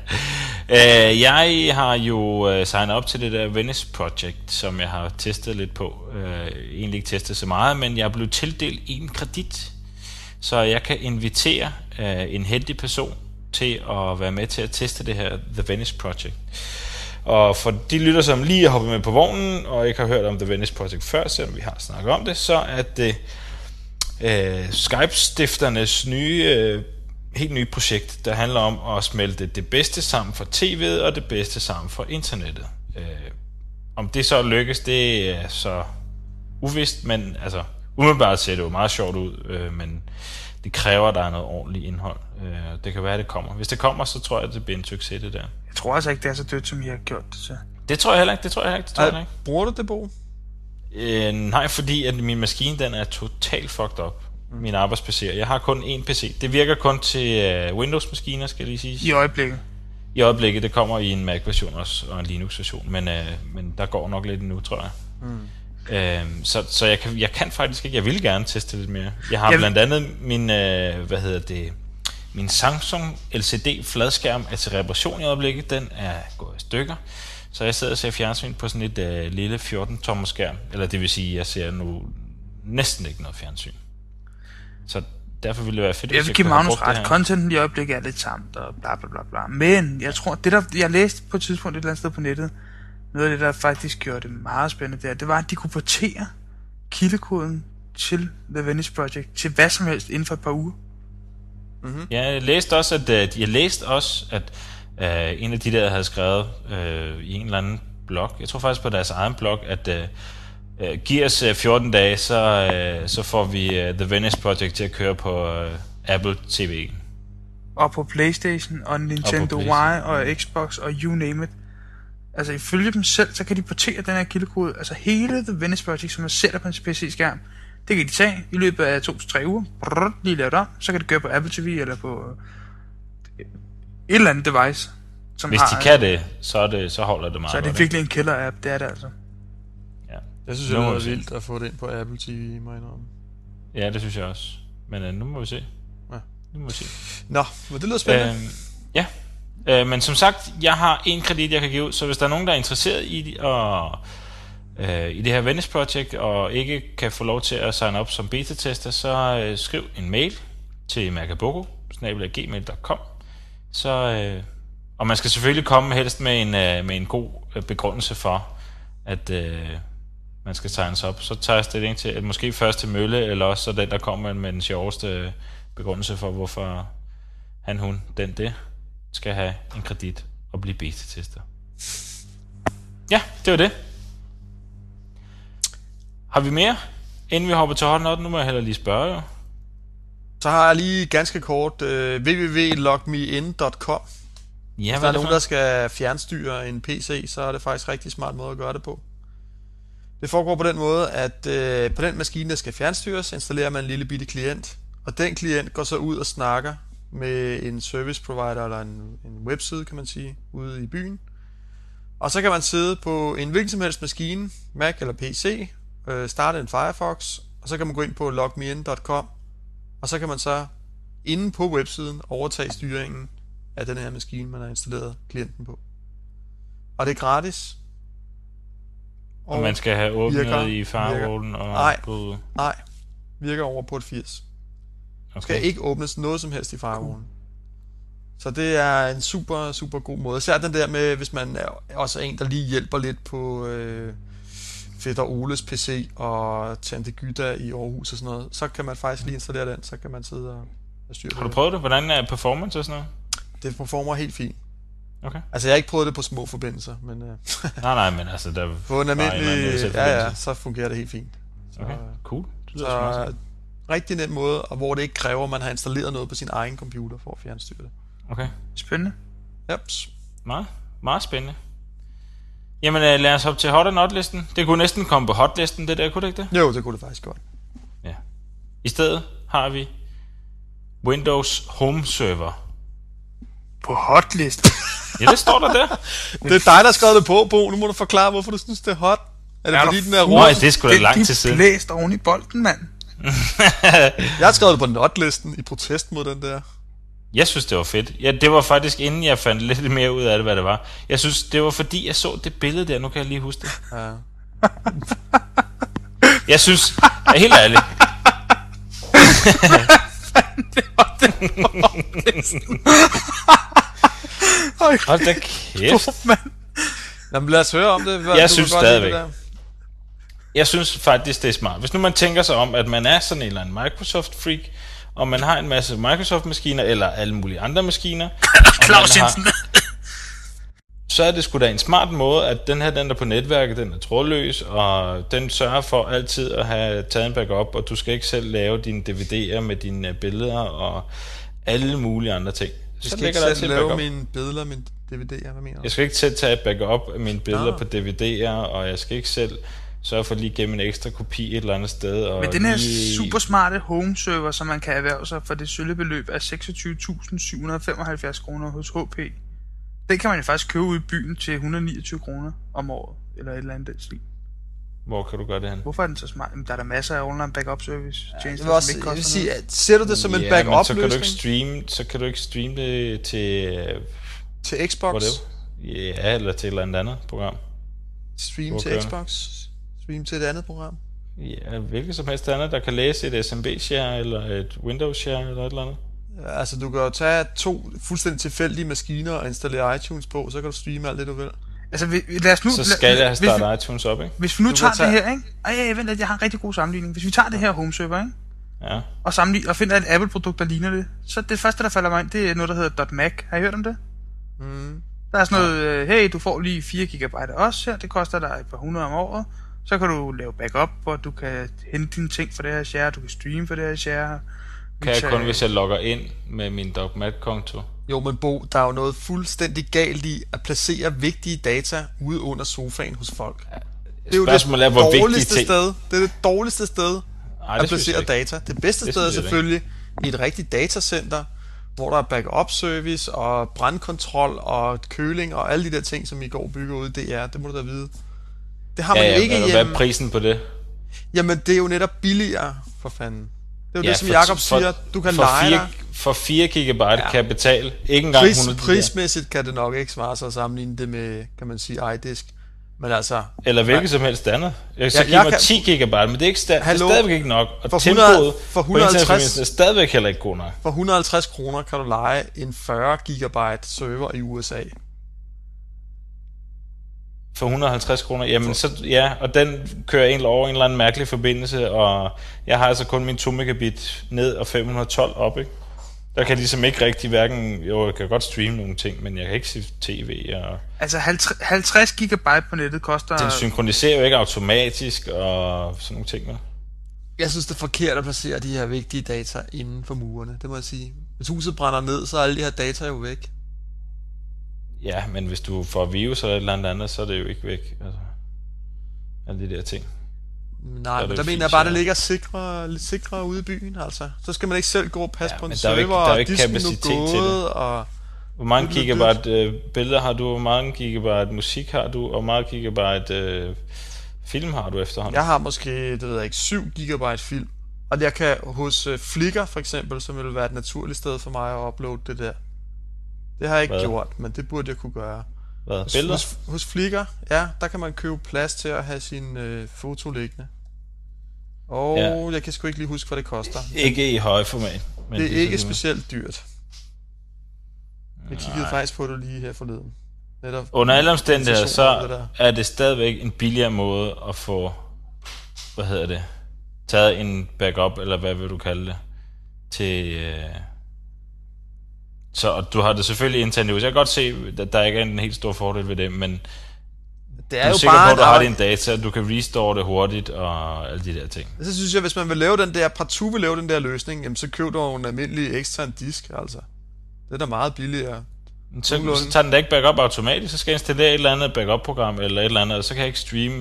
Jeg har jo signet op til det der Venice Project, som jeg har testet lidt på. Egentlig ikke testet så meget, men jeg er blevet tildelt en kredit, så jeg kan invitere en heldig person til at være med til at teste det her The Venice Project. Og for de lytter, som lige har hoppet med på vognen og ikke har hørt om The Venice Project før, selvom vi har snakket om det, så er det Skype-stifternes helt nye projekt, der handler om at smelte det bedste sammen for tv'et og det bedste sammen for internettet. Om det så lykkes, det er så uvist, men altså umiddelbart ser det jo meget sjovt ud, men det kræver, at der er noget ordentligt indhold. Det kan være, at det kommer. Hvis det kommer, så tror jeg, at det bliver en succes, det der. Jeg tror altså ikke, det er så dødt, som I har gjort det til. Det tror jeg heller ikke. Bruger du det, Bo? Nej, fordi at min maskine, den er totalt fucked up. Min arbejds-PC. Jeg har kun én PC. Det virker kun til Windows-maskiner, skal jeg lige sige. I øjeblikket, det kommer i en Mac-version også, og en Linux-version, men der går nok lidt nu, tror jeg. Så jeg kan faktisk ikke. Jeg vil gerne teste lidt mere. Jeg har blandt andet min min Samsung LCD fladskærm er til reparation i øjeblikket. Den er gået i stykker. Så jeg sidder og ser fjernsyn på sådan et lille 14-tommer skærm. Eller det vil sige, jeg ser nu næsten ikke noget fjernsyn. Så derfor ville det være fedt. Jeg vil give Magnus ret. Contenten i øjeblikket er lidt samt og bla bla bla bla. Men jeg tror, det der jeg læste på et tidspunkt et eller andet sted på nettet, noget af det, der faktisk gjorde det meget spændende, det var, at de kunne portere kildekoden til The Venice Project til hvad som helst inden for et par uger. Mm-hmm. Ja, jeg læste også, at en af de der havde skrevet i en eller anden blog, jeg tror faktisk på deres egen blog, at giver os 14 dage, så får vi The Venice Project til at køre på Apple TV. Og på PlayStation, og Nintendo Wii, og Xbox, og you name it. Altså ifølge dem selv, så kan de portere den her kildekode, altså hele The Venice Project, som man sætter på en PC-skærm, det kan de tage i løbet af 2-3 uger, lige lave det om, så kan det køre på Apple TV, eller på et eller andet device. Som hvis de kan det, så holder det meget. Så er det virkelig en killer-app, det er det altså. Ja. Jeg synes, det er vildt at få det ind på Apple TV, må jeg indrømme. Ja, det synes jeg også. Men nu må vi se. Ja. Nu må vi se. Nå, men det lyder spændende. Ja. Men som sagt, jeg har en kredit, jeg kan give ud, så hvis der er nogen, der er interesseret i at i det her Venice Project, og ikke kan få lov til at sign op som beta-tester, så skriv en mail til magaboko@gmail.com. Og man skal selvfølgelig komme helst med en god begrundelse for, at man skal signes op. Så tager jeg stilling til, at måske først til Mølle, eller også så den, der kommer med den sjoveste begrundelse for, hvorfor hun, det, skal have en kredit og blive beta-tester. Ja, det var det. Har vi mere, inden vi hopper til hot not? Nu må jeg heller lige spørge jo. Så har jeg lige ganske kort www.logmein.com. Ja, hvis der er nogen, der skal fjernstyre en PC, så er det faktisk en rigtig smart måde at gøre det på. Det foregår på den måde, at på den maskine, der skal fjernstyres, installerer man en lille bitte klient, og den klient går så ud og snakker med en service provider eller en webside, kan man sige, ude i byen. Og så kan man sidde på en hvilken som helst maskine, Mac eller PC, starte en Firefox, og så kan man gå ind på logmein.com, og så kan man så inde på websiden overtage styringen af den her maskine, man har installeret klienten på. Og det er gratis. Og man skal have åbnet i firewallen og... Nej, virker over port 80. Okay. Skal ikke åbnes noget som helst i firewallen. Så det er en super, super god måde. Især den der med, hvis man også er en, der lige hjælper lidt på Fætter Oles PC og Tante Gyda i Aarhus og sådan noget, så kan man faktisk lige installere den, så kan man sidde og styre det. Har du prøvet det? Hvordan er performance og sådan noget? Det performer helt fint. Okay. Altså jeg har ikke prøvet det på små forbindelser, men nej, men altså der på en almindelig, så fungerer det helt fint. Okay, cool. Så rigtig nem måde, og hvor det ikke kræver, at man har installeret noget på sin egen computer for at fjernstyre det. Okay. Spændende. Jeps. Meget, meget spændende. Jamen lad os hoppe til hot og not listen. Det kunne næsten komme på hotlisten, det der, kunne det ikke det? Jo, det kunne det faktisk godt. Ja. I stedet har vi Windows Home Server. På hotlisten? Ja, det står der. Det er dig, der har skrevet det på, Bo. Nu må du forklare, hvorfor du synes, det er hot. Er det fordi, den er rund? Nej, det er sgu da lang tid siden. Det er blæst oven i bolden, mand. Jeg har skrevet det på notlisten i protest mod den der. Jeg synes, det var fedt. Ja, det var faktisk, inden jeg fandt lidt mere ud af det, hvad det var. Jeg synes, det var fordi, jeg så det billede der. Nu kan jeg lige huske det. Ja. Jeg synes, helt ærligt. Det var hold da kæft. Jamen lad os høre om det. Jeg synes stadigvæk. Jeg synes faktisk, det er smart. Hvis nu man tænker sig om, at man er sådan en eller anden Microsoft-freak, og man har en masse Microsoft-maskiner, eller alle mulige andre maskiner, Claus Jensen. så er det sgu da en smart måde, at den der på netværket, den er trådløs, og den sørger for altid at have taget en backup, og du skal ikke selv lave dine DVD'er med dine billeder, og alle mulige andre ting. Jeg skal ikke selv lave mine billeder, mine DVD'er, hvad mener du? Jeg skal ikke selv tage et backup af mine billeder på DVD'er, og jeg skal ikke selv sørge for lige gennem en ekstra kopi et eller andet sted. Og men den her super smarte home server, som man kan erhverve sig for det sølle beløb af 26.775 kroner hos HP, den kan man jo faktisk købe ud i byen til 129 kroner om året, eller et eller andet den stil. Hvor kan du gøre det hen? Hvorfor er den så smart? Der er der masser af online backup service. Jeg vil sige, ser du det som en backup løsning? Så kan du ikke streame det til Xbox? Ja, eller til et eller andet program. Stream til Xbox? Stream til et andet program? Ja, hvilket som helst andet, der kan læse et SMB-share, eller et Windows-share, eller et eller andet. Ja, altså, du kan jo tage 2 fuldstændig tilfældige maskiner og installere iTunes på, så kan du streame alt det, du vil. Altså, lad os nu... Så skal jeg starte iTunes op, ikke? Hvis vi nu tager det her, ikke? Vent lidt, jeg har en rigtig god sammenligning. Hvis vi tager det her home server, ikke? Ja. Og finder et Apple-produkt, der ligner det, så det første, der falder mig ind, det er noget, der hedder .mac. Har I hørt om det? Mm. Der er sådan noget, hey, du får lige 4 GB af os her, det koster dig et par hundrede om året. Så kan du lave backup, hvor du kan hente dine ting fra det her share, du kan streame fra det her share. Kan jeg kun, hvis jeg logger ind med min DocMac-konto? Jo, men Bo, der er jo noget fuldstændig galt i at placere vigtige data ude under sofaen hos folk. Ja, det er jo det dårligste sted. Det er det dårligste sted at placere data. Det bedste sted er selvfølgelig i et rigtigt datacenter, hvor der er backup-service og brandkontrol og køling og alle de der ting, som I går bygger ud i DR. Det må du da vide. Det har man jo ikke hjemme. Hvad er prisen på det? Jamen, det er jo netop billigere, for fanden. Det er jo det, som Jacob siger. Du kan lege dig. For 4 GB kan jeg betale. Ikke engang 100 Prismæssigt kan det nok ikke svare sig at sammenligne det med, kan man sige, iDisk. Men altså... Eller hvilket som helst andet. Jeg så give mig 10 gigabyte, men det er, ikke det er stadigvæk ikke nok. Og tempoet på 150 er stadigvæk heller ikke god nok. For 150 kroner kan du lege en 40 gigabyte server i USA. For 150 kroner? Jamen så, ja, og den kører egentlig over en eller anden mærkelig forbindelse, og jeg har altså kun min 2 megabit ned og 512 op, ikke? Der kan ligesom ikke rigtig hverken... Jo, jeg kan godt streame nogle ting, men jeg kan ikke se tv og... Altså 50 gigabyte på nettet koster... Den synkroniserer jo ikke automatisk og sådan nogle ting, vel? Jeg synes, det er forkert at placere de her vigtige data inden for murene, det må jeg sige. Hvis huset brænder ned, så er alle de her data jo væk. Ja, men hvis du får virus eller et eller andet, så er det jo ikke væk. Altså, alle de der ting. Nej, men der mener jeg bare, at det ligger lidt sikrere ude i byen, altså. Så skal man ikke selv gå og passe på en server, og disken nu gået, og... Hvor mange gigabyte billeder har du, hvor mange gigabyte musik har du, og hvor mange gigabyte film har du efterhånden? Jeg har måske, det ved jeg ikke, 7 gigabyte film. Og jeg kan hos Flickr for eksempel, som vil være et naturligt sted for mig at uploade det der. Det har jeg ikke gjort, men det burde jeg kunne gøre. Hvad? Billeder? Hos Flickr, ja, der kan man købe plads til at have sin foto liggende. Og jeg kan sgu ikke lige huske, hvad det koster. Ikke i høj format. Men det er ikke specielt dyrt. Jeg kiggede faktisk på det lige her forleden. Netop under alle omstændigheder, så er det stadigvæk en billigere måde at få, taget en backup, eller hvad vil du kalde det, til... Så du har det selvfølgelig internt. Jeg kan godt se, at der ikke er en helt stor fordel ved det, men det er du er jo sikker bare på, at du har dine data, du kan restore det hurtigt og alle de der ting. Så synes jeg, hvis man vil lave den der, partout vil lave den der løsning, jamen så køb du en almindelig ekstern disk, altså. Det er da meget billigere. Så tager den da ikke backup automatisk, så skal jeg installere et eller andet backup-program eller et eller andet, og så kan jeg ikke streame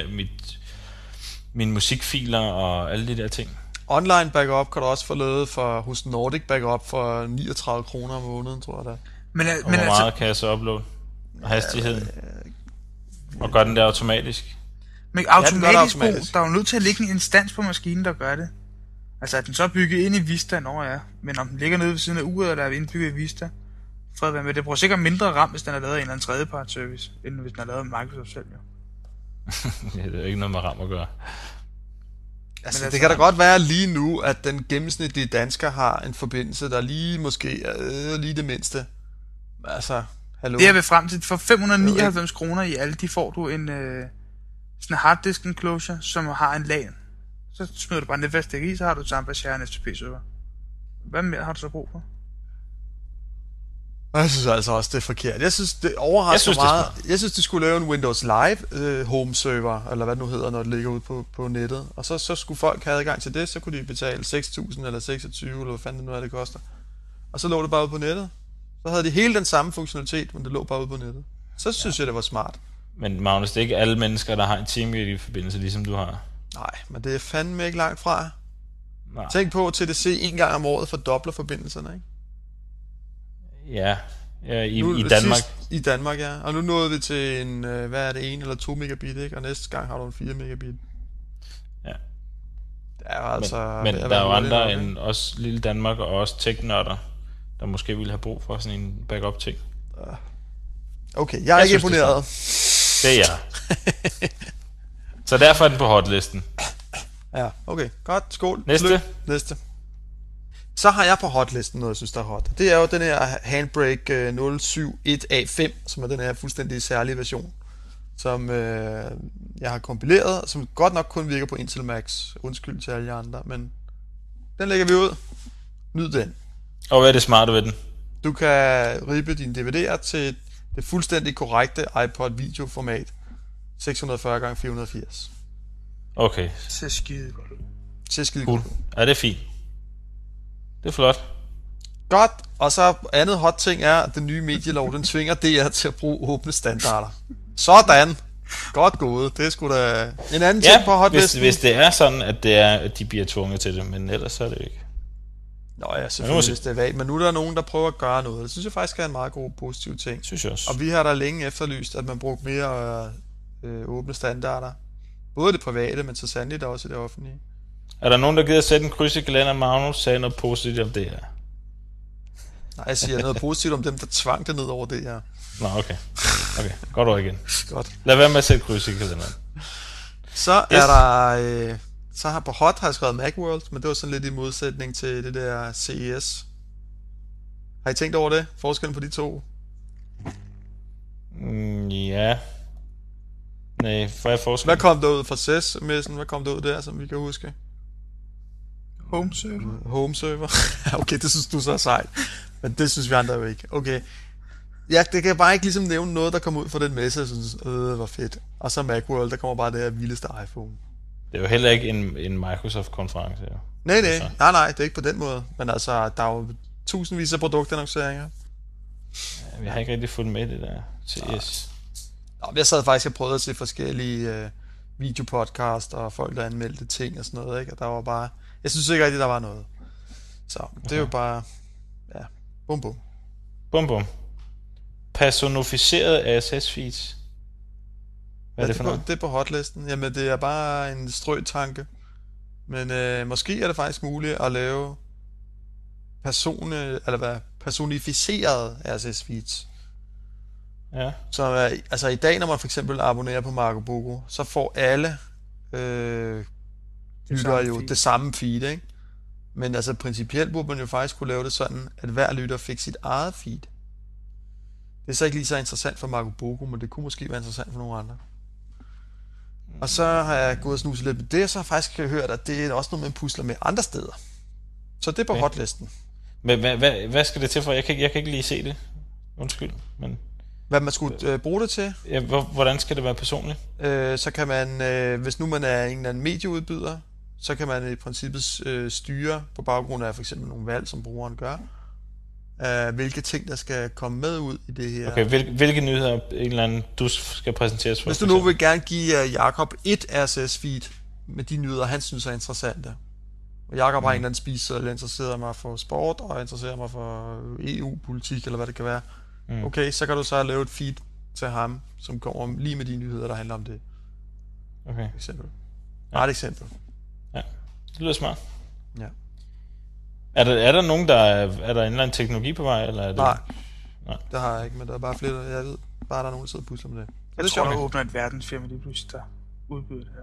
mine musikfiler og alle de der ting. Online backup kan du også få lavet hos Nordic Backup for 39 kroner om måneden, tror jeg da. Men hvor meget kan jeg så uploade? Og hastigheden? Og gør den der automatisk? Men automatisk brug, der er jo nødt til at ligge en instans på maskinen, der gør det. Altså at den så er bygget ind i Vista, men om den ligger nede ved siden af uret, eller er indbygget i Vista, fred være med. Det bruger sikkert mindre RAM, hvis den er lavet en eller anden tredjepart service, end hvis den er lavet af Microsoft selv, jo. Ja, det er jo ikke noget med RAM at gøre. Altså, det kan da godt være lige nu, at den gennemsnitlige dansker har en forbindelse, der lige måske er lige det mindste. Altså, hallo. Det er ved frem til, for 599 kroner i alt, de får du en sådan en harddisk enclosure, som har en LAN. Så smider du bare netværkstik i, så har du samme share en FTP-server. Hvad mere har du så brug for? Jeg synes altså også, det er forkert. Jeg synes, det overrasker meget. Jeg synes, de skulle lave en Windows Live home server, eller hvad det nu hedder, når det ligger ude på nettet. Og så skulle folk have adgang til det, så kunne de betale 6.000 eller 26, eller hvad fanden det nu er, det koster. Og så lå det bare ude på nettet. Så havde de hele den samme funktionalitet, men det lå bare ude på nettet. Så synes jeg, det var smart. Men Magnus, det er ikke alle mennesker, der har en TeamViewer-forbindelse, ligesom du har. Nej, men det er fandme ikke langt fra. Nej. Tænk på, at TDC en gang om året fordobler forbindelserne, ikke? Ja, i Danmark. I Danmark, ja. Og nu nåede vi til en, 1 eller 2 megabit, ikke? Og næste gang har du en 4 megabit. Ja. Det er altså... Men der er jo andre end os lille Danmark og også tech-nørder, der måske ville have brug for sådan en backup-ting. Okay, jeg er ikke imponeret. Det er jeg. Så derfor er den på hotlisten. Ja, okay. Godt. Skål. Næste. Så har jeg på hotlisten noget, jeg synes, der er hot. Det er jo den her Handbrake 071A5, som er den her fuldstændig særlige version, som jeg har kompileret, som godt nok kun virker på Intel Max. Undskyld til alle jer andre, men den lægger vi ud. Nyd den. Og hvad er det smarte ved den? Du kan rippe dine DVD'er til det fuldstændig korrekte iPod videoformat 640x480. Okay. Det ser skide godt ud. Det skide godt. Ja, det er fint. Det er flot. Godt, og så andet hot ting er, at den nye medielov, den tvinger DR til at bruge åbne standarder. Sådan. Godt gået. Det er sgu da en anden ting på hotlisten. Hvis det er sådan, at de bliver tvunget til det, men ellers så er det ikke. Nå ja, selvfølgelig hvis det er vagt, men nu er der nogen, der prøver at gøre noget. Det synes jeg faktisk er en meget god, positiv ting. Synes jeg også. Og vi har da længe efterlyst, at man brugte mere åbne standarder. Både det private, men så sandelig også i det offentlige. Er der nogen, der gider sætte en kryds i kalender? Magnus sagde noget positivt om det her. Nej, jeg siger noget positivt om dem, der tvang det ned over det her. Nå, okay. Godt over igen. Godt. Lad være med at sætte kryds i kalenderen. Så er der... så har på Hot har jeg skrevet Macworld, men det var sådan lidt i modsætning til det der CES. Har I tænkt over det? Forskellen på de to? Ja. Nej, hvad er forskellen? Hvad kom der ud fra CES-messen? Hvad kom der ud der, som vi kan huske? Home server. Home server. Okay, det synes du så er sejt. Men det synes vi andre jo ikke. Okay. Ja, det kan bare ikke ligesom nævne noget, der kommer ud fra den messe, og synes, hvor fedt. Og så Macworld, der kommer bare det her vildeste iPhone. Det er jo heller ikke en Microsoft-konference, jo. Nej, det er ikke på den måde. Men altså, der er jo tusindvis af produktannonceringer. Ja, vi har ikke rigtig fulgt med det der CES. Nå, jeg sad faktisk og prøvede at se forskellige videopodcast og folk, der anmeldte ting og sådan noget, ikke? Og der var bare... Jeg synes ikke rigtig, der var noget. Så det er jo bare... Ja, bum bum. Bum bum. Personificerede RSS-feeds. Hvad er det for noget? Det er på hotlisten. Jamen, det er bare en strøtanke. Men måske er det faktisk muligt at lave personificerede RSS-feeds. Ja. Så altså i dag, når man for eksempel abonnerer på Marco Bogo, så får alle lyttere jo det samme feed, ikke? Men altså principielt burde man jo faktisk kunne lave det sådan, at hver lytter fik sit eget feed. Det er så ikke lige så interessant for Marco Bogo, men det kunne måske være interessant for nogle andre. Og så har jeg gået og snuset lidt med det, og så har jeg faktisk hørt, at det er også noget, man pusler med andre steder. Så det er på hotlisten. Men hvad skal det til for? Jeg kan ikke lige se det. Undskyld, men... Hvad man skulle bruge det til? Ja, hvordan skal det være personligt? Så kan man, hvis nu man er en eller anden medieudbyder, så kan man i princippet styre på baggrund af for eksempel nogle valg, som brugeren gør, hvilke ting, der skal komme med ud i det her. Okay, hvilke nyheder en eller anden du skal præsenteres for? Hvis du nu vil gerne give Jakob et RSS-feed med de nyheder, han synes er interessante. Og Jakob har en eller anden spiseseddel, interesserer mig for sport, og interesserer mig for EU-politik, eller hvad det kan være. Okay, så kan du så lave et feed til ham, som kommer lige med de nyheder, der handler om det. Okay. Eksempel. Ja. Et eksempel. Ja, det lyder smart. Ja. Er der nogen, er der en eller anden teknologi på vej? Eller er det... Nej, det har jeg ikke, men der er bare flere, jeg ved bare, der er nogen, der sidder og pusler med det. Jeg tror, der åbner et verdensfirma lige pludselig, der udbyder det her.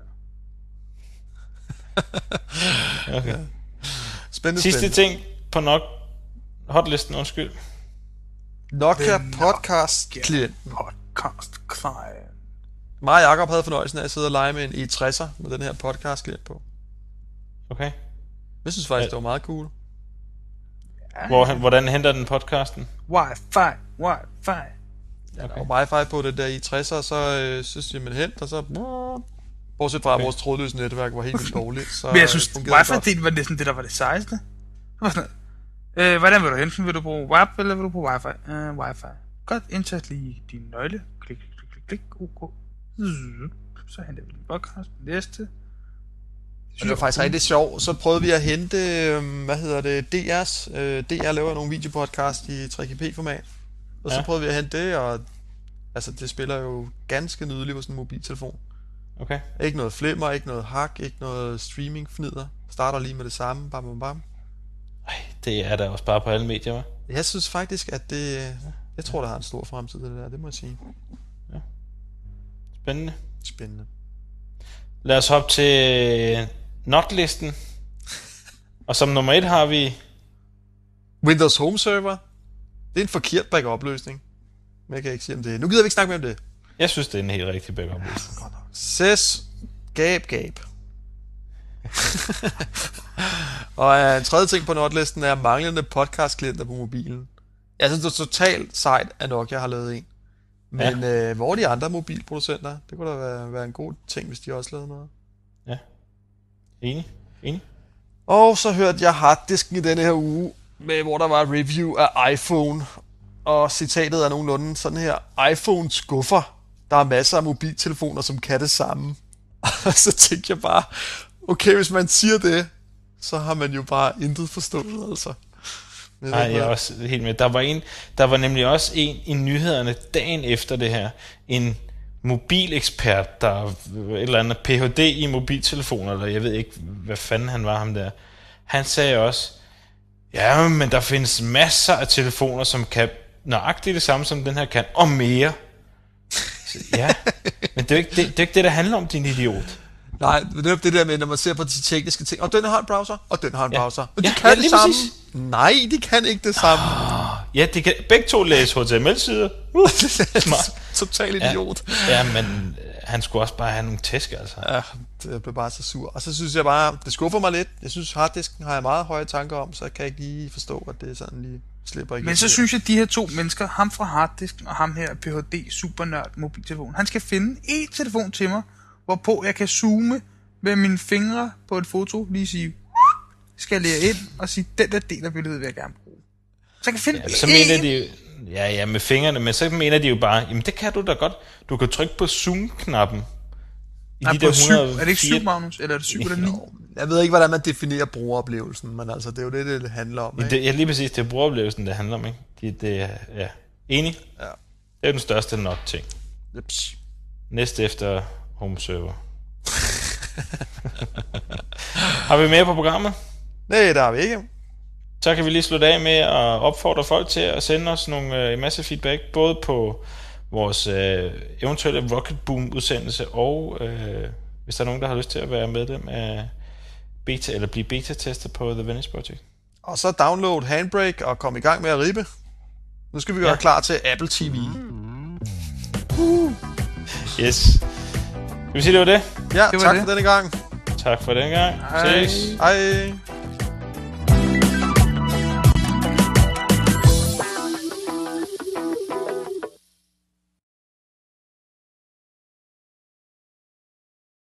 Okay. Ja. Spændende. Sidste ting på hotlisten, undskyld. Nokia podcast-klienten. Podcast-client. Mig og Jacob havde fornøjelsen af at sidde og lege med en E60'er med den her podcast-klient på. Okay. Jeg synes faktisk, det var meget cool. Ja. Hvordan henter den podcasten? Wi-Fi. Ja, der var wifi på det der E60'er, så synes jeg, man hent, og så... Bortset fra, at vores trådløse netværk var helt vildt dårligt. Så men jeg synes, Wi-Fi-delen var næsten det, der var det sejeste. Det var sådan hvordan vil du hente den? Vil du bruge WAP, eller vil du bruge Wi-Fi? Wi-Fi. Godt, indsæt lige din nøgle. Klik. OK. Så henter vi din podcast. Næste. Det var faktisk rigtig sjovt. Så prøvede vi at hente, DR's. DR laver nogle videopodcast i 3GP-format. Og så prøvede vi at hente det, og altså, det spiller jo ganske nydeligt på sådan en mobiltelefon. Okay. Ikke noget flimmer, ikke noget hack, ikke noget streaming-fnider. Starter lige med det samme. Bam. Ej, det er der også bare på alle medier, hva'? Jeg synes faktisk, at det... Jeg tror, der har en stor fremtid, det der. Det må jeg sige. Ja. Spændende. Lad os hoppe til notlisten. Og som nummer 1 har vi... Windows Home Server. Det er en forkert backup-løsning. Men jeg kan ikke sige om det. Nu gider vi ikke snakke mere om det. Jeg synes, det er en helt rigtig backup-løsning. SES Gab. Og en tredje ting på notlisten er manglende podcast-klienter på mobilen. Jeg synes, det er totalt sejt, at Nokia har lavet en. Men hvor er de andre mobilproducenter? Det kunne da være en god ting, hvis de også lavede noget. Ja. Enig. Og så hørte jeg harddisken i denne her uge, hvor der var et review af iPhone. Og citatet er nogenlunde sådan her. iPhone skuffer. Der er masser af mobiltelefoner, som kan det samme. Og så tænkte jeg bare, okay, hvis man siger det, så har man jo bare intet forstået, altså. Nej, jeg er også helt med. Der var nemlig også en i nyhederne dagen efter det her. En mobilekspert, der et eller andet Ph.D. i mobiltelefoner, eller jeg ved ikke, hvad fanden han var ham der. Han sagde også, ja, men der findes masser af telefoner, som kan nøjagtigt det samme, som den her kan, og mere. Så, ja, men det er jo ikke det, der handler om, din idiot. Nej, det der med, når man ser på de tekniske ting, og den har en browser, og den har en browser. Og de Ja, kan ja, det lige samme. præcis. Nej, de kan ikke det samme. Ja, de kan begge to læse HTML-sider. Smart. Total idiot. Ja, men han skulle også bare have nogle tæsk, altså. Ja, det blev bare så sur. Og så synes jeg bare, det skuffer mig lidt. Jeg synes, harddisken har jeg meget høje tanker om, så jeg kan ikke lige forstå, at det er sådan lige slipper igen. Men så synes jeg, at de her to mennesker, ham fra harddisken og ham her PhD supernørd mobiltelefon, han skal finde en telefon til mig, hvorpå jeg kan zoome med mine fingre på et foto, lige sige, skalere ind og sige, den der del af billedet vil jeg gerne bruge. Så jeg kan finde så mener de jo, ja, med fingrene, men så mener de jo bare, jamen det kan du da godt. Du kan trykke på zoom-knappen. Nej, de der 7. Er det ikke 7, Magnus? Eller er det 7 eller 9? Jeg ved ikke, hvordan man definerer brugeroplevelsen, men altså, det er jo det handler om. Ikke? Ja, lige præcis, det er brugeroplevelsen, det handler om, ikke? Det er, ja, enig. Ja. Det er den største nok-ting. Jeps. Næste efter home server. Har vi mere på programmet? Nej, der har vi ikke. Så kan vi lige slutte af med at opfordre folk til at sende os nogle masse feedback, både på vores eventuelle Rocket Boom udsendelse, og hvis der er nogen, der har lyst til at være medlem af beta, eller blive beta-tester på The Venice Project. Og så download Handbrake og komme i gang med at ribe. Nu skal vi gøre klar til Apple TV. Yes. Skal vi sige, det var det? Ja, det var tak det. for denne gang. Tak for denne gang. Hej. Ses. Hej.